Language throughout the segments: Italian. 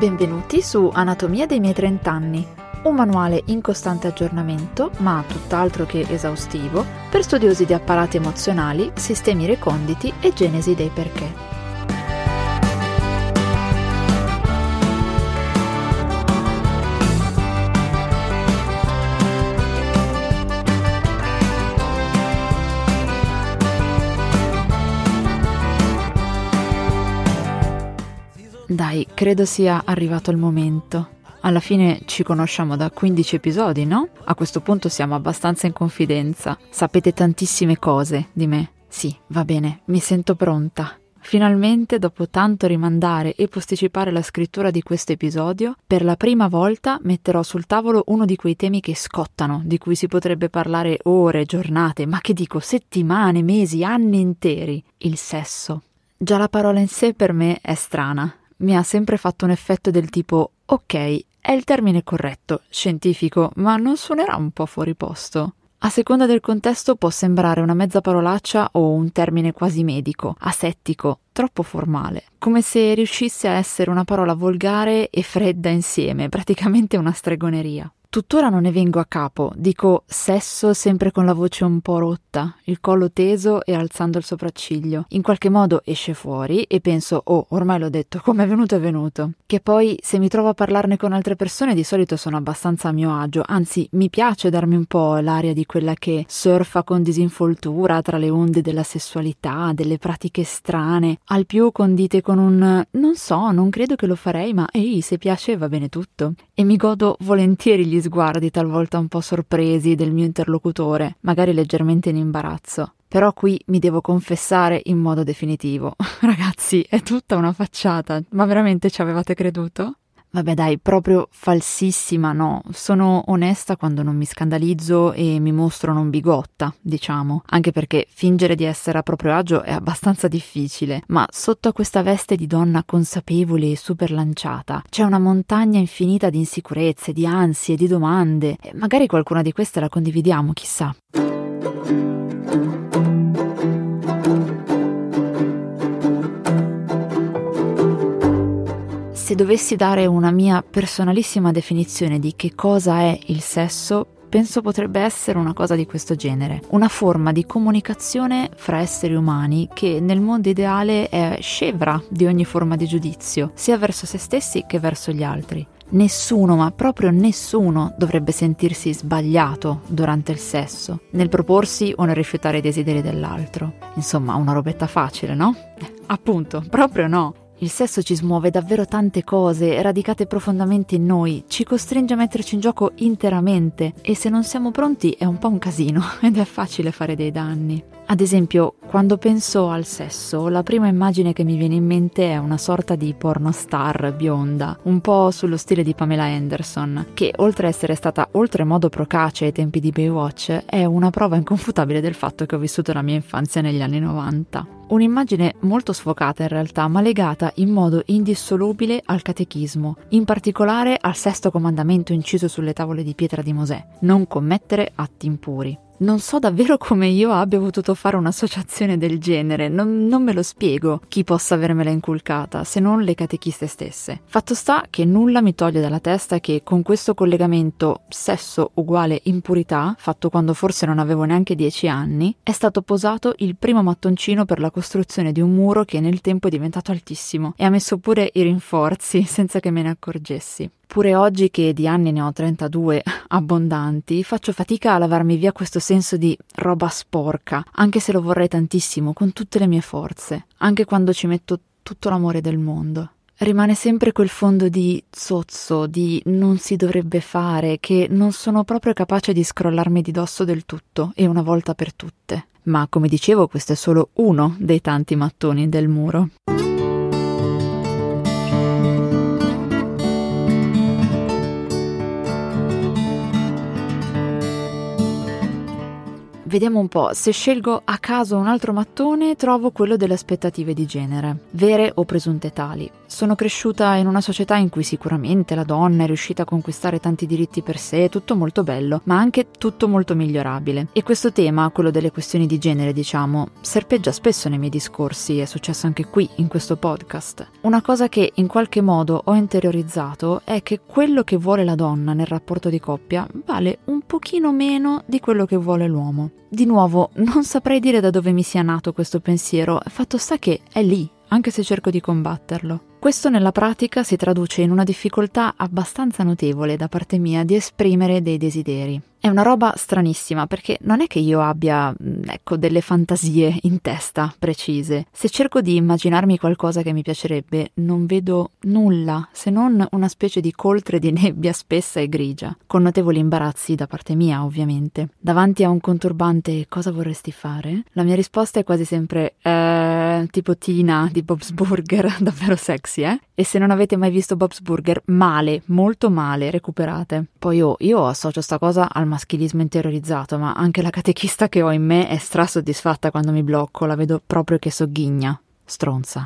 Benvenuti su Anatomia dei miei 30 anni, un manuale in costante aggiornamento, ma tutt'altro che esaustivo, per studiosi di apparati emozionali, sistemi reconditi e genesi dei perché. Dai, credo sia arrivato il momento. Alla fine ci conosciamo da 15 episodi, no? A questo punto siamo abbastanza in confidenza. Sapete tantissime cose di me. Sì, va bene, mi sento pronta. Finalmente, dopo tanto rimandare e posticipare la scrittura di questo episodio, per la prima volta metterò sul tavolo uno di quei temi che scottano, di cui si potrebbe parlare ore, giornate, ma che dico, settimane, mesi, anni interi. Il sesso. Già la parola in sé per me è strana. Mi ha sempre fatto un effetto del tipo, ok, è il termine corretto, scientifico, ma non suonerà un po' fuori posto? A seconda del contesto può sembrare una mezza parolaccia o un termine quasi medico, asettico, troppo formale, come se riuscisse a essere una parola volgare e fredda insieme, praticamente una stregoneria. Tuttora non ne vengo a capo, dico sesso sempre con la voce un po' rotta, il collo teso e alzando il sopracciglio. In qualche modo esce fuori e penso, oh, ormai l'ho detto, come è venuto è venuto. Che poi, se mi trovo a parlarne con altre persone, di solito sono abbastanza a mio agio, anzi, mi piace darmi un po' l'aria di quella che surfa con disinvoltura tra le onde della sessualità, delle pratiche strane, al più condite con un non so, non credo che lo farei, ma ehi, se piace va bene tutto. E mi godo volentieri gli sguardi talvolta un po' sorpresi del mio interlocutore, magari leggermente in imbarazzo. Però qui mi devo confessare in modo definitivo. Ragazzi, è tutta una facciata, ma veramente ci avevate creduto? Vabbè dai, proprio falsissima no, sono onesta quando non mi scandalizzo e mi mostro non bigotta, diciamo, anche perché fingere di essere a proprio agio è abbastanza difficile, ma sotto a questa veste di donna consapevole e super lanciata c'è una montagna infinita di insicurezze, di ansie, di domande, e magari qualcuna di queste la condividiamo, chissà. Se dovessi dare una mia personalissima definizione di che cosa è il sesso, penso potrebbe essere una cosa di questo genere. Una forma di comunicazione fra esseri umani che nel mondo ideale è scevra di ogni forma di giudizio, sia verso se stessi che verso gli altri. Nessuno, ma proprio nessuno, dovrebbe sentirsi sbagliato durante il sesso, nel proporsi o nel rifiutare i desideri dell'altro. Insomma, una robetta facile, no? Appunto, proprio no. Il sesso ci smuove davvero tante cose, radicate profondamente in noi, ci costringe a metterci in gioco interamente e se non siamo pronti è un po' un casino ed è facile fare dei danni. Ad esempio, quando penso al sesso, la prima immagine che mi viene in mente è una sorta di pornostar bionda, un po' sullo stile di Pamela Anderson, che oltre a essere stata oltremodo procace ai tempi di Baywatch, è una prova inconfutabile del fatto che ho vissuto la mia infanzia negli anni 90. Un'immagine molto sfocata in realtà, ma legata in modo indissolubile al catechismo, in particolare al sesto comandamento inciso sulle tavole di pietra di Mosè: non commettere atti impuri. Non so davvero come io abbia potuto fare un'associazione del genere, non me lo spiego chi possa avermela inculcata, se non le catechiste stesse. Fatto sta che nulla mi toglie dalla testa che con questo collegamento sesso uguale impurità, fatto quando forse non avevo neanche 10 anni, è stato posato il primo mattoncino per la costruzione di un muro che nel tempo è diventato altissimo e ha messo pure i rinforzi senza che me ne accorgessi. Pure oggi che di anni ne ho 32 abbondanti, faccio fatica a lavarmi via questo senso di roba sporca, anche se lo vorrei tantissimo, con tutte le mie forze, anche quando ci metto tutto l'amore del mondo. Rimane sempre quel fondo di zozzo, di non si dovrebbe fare, che non sono proprio capace di scrollarmi di dosso del tutto e una volta per tutte. Ma come dicevo, questo è solo uno dei tanti mattoni del muro. Vediamo un po', se scelgo a caso un altro mattone trovo quello delle aspettative di genere, vere o presunte tali. Sono cresciuta in una società in cui sicuramente la donna è riuscita a conquistare tanti diritti per sé, tutto molto bello, ma anche tutto molto migliorabile. E questo tema, quello delle questioni di genere, diciamo, serpeggia spesso nei miei discorsi, è successo anche qui, in questo podcast. Una cosa che in qualche modo ho interiorizzato è che quello che vuole la donna nel rapporto di coppia vale un pochino meno di quello che vuole l'uomo. Di nuovo, non saprei dire da dove mi sia nato questo pensiero, fatto sta che è lì, anche se cerco di combatterlo. Questo nella pratica si traduce in una difficoltà abbastanza notevole da parte mia di esprimere dei desideri. È una roba stranissima perché non è che io abbia, delle fantasie in testa precise. Se cerco di immaginarmi qualcosa che mi piacerebbe, non vedo nulla se non una specie di coltre di nebbia spessa e grigia, con notevoli imbarazzi da parte mia, ovviamente. Davanti a un conturbante "cosa vorresti fare?", la mia risposta è quasi sempre tipo Tina di Bob's Burger, davvero sexy, eh? E se non avete mai visto Bob's Burger, male, molto male, recuperate. Poi io associo sta cosa al maschilismo interiorizzato, ma anche la catechista che ho in me è strasoddisfatta quando mi blocco, la vedo proprio che sogghigna. Stronza.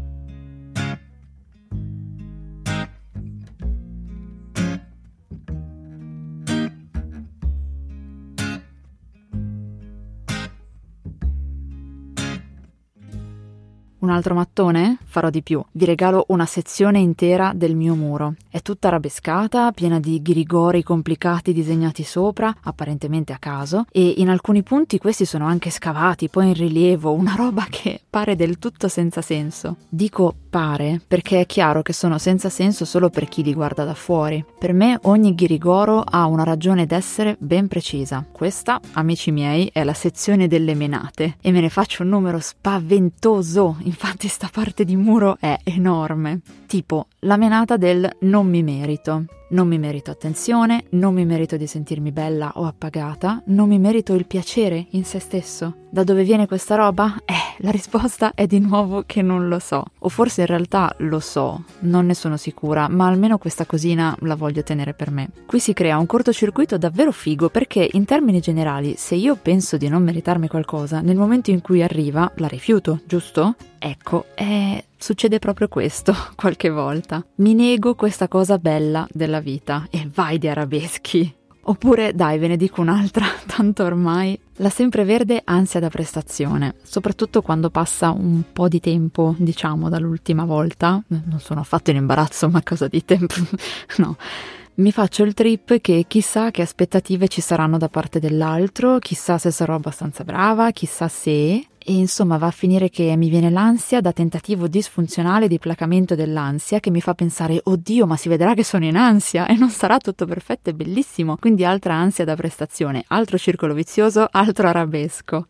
Un altro mattone? Farò di più. Vi regalo una sezione intera del mio muro. È tutta arabescata, piena di ghirigori complicati disegnati sopra, apparentemente a caso, e in alcuni punti questi sono anche scavati, poi in rilievo, una roba che pare del tutto senza senso. Dico pare perché è chiaro che sono senza senso solo per chi li guarda da fuori. Per me ogni ghirigoro ha una ragione d'essere ben precisa. Questa, amici miei, è la sezione delle menate e me ne faccio un numero spaventoso. Infatti sta parte di muro è enorme. Tipo la menata del non mi merito. Non mi merito attenzione, non mi merito di sentirmi bella o appagata, non mi merito il piacere in se stesso. Da dove viene questa roba? La risposta è di nuovo che non lo so. O forse in realtà lo so, non ne sono sicura, ma almeno questa cosina la voglio tenere per me. Qui si crea un cortocircuito davvero figo perché in termini generali, se io penso di non meritarmi qualcosa, nel momento in cui arriva la rifiuto, giusto? Ecco, succede proprio questo qualche volta. Mi nego questa cosa bella della vita e vai di arabeschi. Oppure, dai, ve ne dico un'altra, tanto ormai, la sempreverde ansia da prestazione, soprattutto quando passa un po' di tempo, diciamo, dall'ultima volta. Non sono affatto in imbarazzo, ma cosa dite? No. Mi faccio il trip che chissà che aspettative ci saranno da parte dell'altro, chissà se sarò abbastanza brava, chissà se... E insomma va a finire che mi viene l'ansia da tentativo disfunzionale di placamento dell'ansia che mi fa pensare oddio ma si vedrà che sono in ansia e non sarà tutto perfetto e bellissimo, quindi altra ansia da prestazione, altro circolo vizioso, altro arabesco.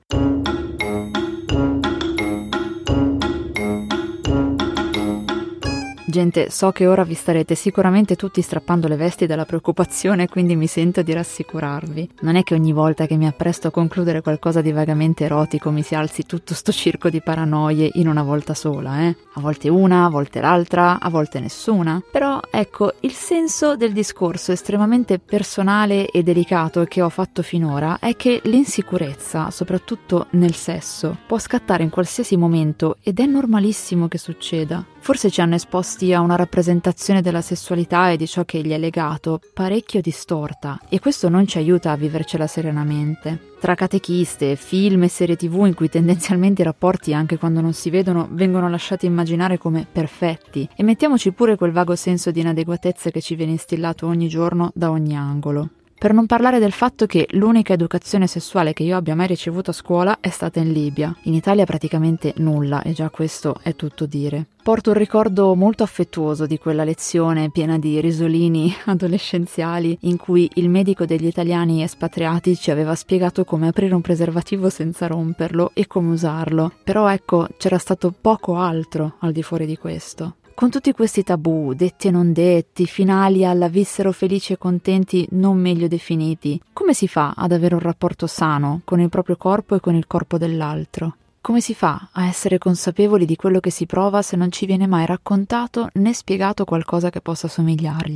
Gente, so che ora vi starete sicuramente tutti strappando le vesti dalla preoccupazione, quindi mi sento di rassicurarvi. Non è che ogni volta che mi appresto a concludere qualcosa di vagamente erotico mi si alzi tutto sto circo di paranoie in una volta sola, A volte una, a volte l'altra, a volte nessuna. Però, ecco, il senso del discorso estremamente personale e delicato che ho fatto finora è che l'insicurezza, soprattutto nel sesso, può scattare in qualsiasi momento ed è normalissimo che succeda. Forse ci hanno esposti a una rappresentazione della sessualità e di ciò che gli è legato parecchio distorta e questo non ci aiuta a vivercela serenamente. Tra catechiste, film e serie TV in cui tendenzialmente i rapporti, anche quando non si vedono, vengono lasciati immaginare come perfetti e mettiamoci pure quel vago senso di inadeguatezza che ci viene instillato ogni giorno da ogni angolo. Per non parlare del fatto che l'unica educazione sessuale che io abbia mai ricevuto a scuola è stata in Libia. In Italia praticamente nulla e già questo è tutto dire. Porto un ricordo molto affettuoso di quella lezione piena di risolini adolescenziali in cui il medico degli italiani espatriati ci aveva spiegato come aprire un preservativo senza romperlo e come usarlo. Però ecco, c'era stato poco altro al di fuori di questo. Con tutti questi tabù, detti e non detti, finali alla vissero felici e contenti non meglio definiti, come si fa ad avere un rapporto sano con il proprio corpo e con il corpo dell'altro? Come si fa a essere consapevoli di quello che si prova se non ci viene mai raccontato né spiegato qualcosa che possa somigliargli?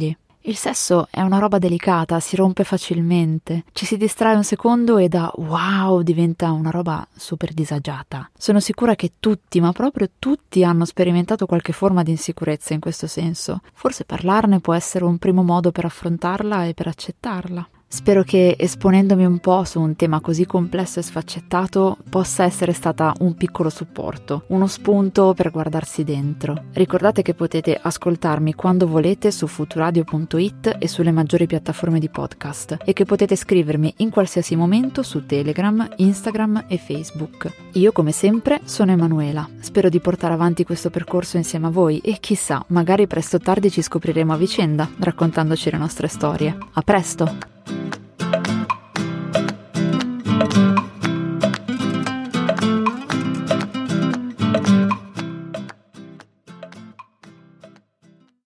Il sesso è una roba delicata, si rompe facilmente, ci si distrae un secondo e da wow diventa una roba super disagiata. Sono sicura che tutti, ma proprio tutti, hanno sperimentato qualche forma di insicurezza in questo senso. Forse parlarne può essere un primo modo per affrontarla e per accettarla. Spero che esponendomi un po' su un tema così complesso e sfaccettato possa essere stata un piccolo supporto, uno spunto per guardarsi dentro. Ricordate che potete ascoltarmi quando volete su futuradio.it e sulle maggiori piattaforme di podcast e che potete scrivermi in qualsiasi momento su Telegram, Instagram e Facebook. Io come sempre sono Emanuela, spero di portare avanti questo percorso insieme a voi e chissà, magari presto o tardi ci scopriremo a vicenda raccontandoci le nostre storie. A presto!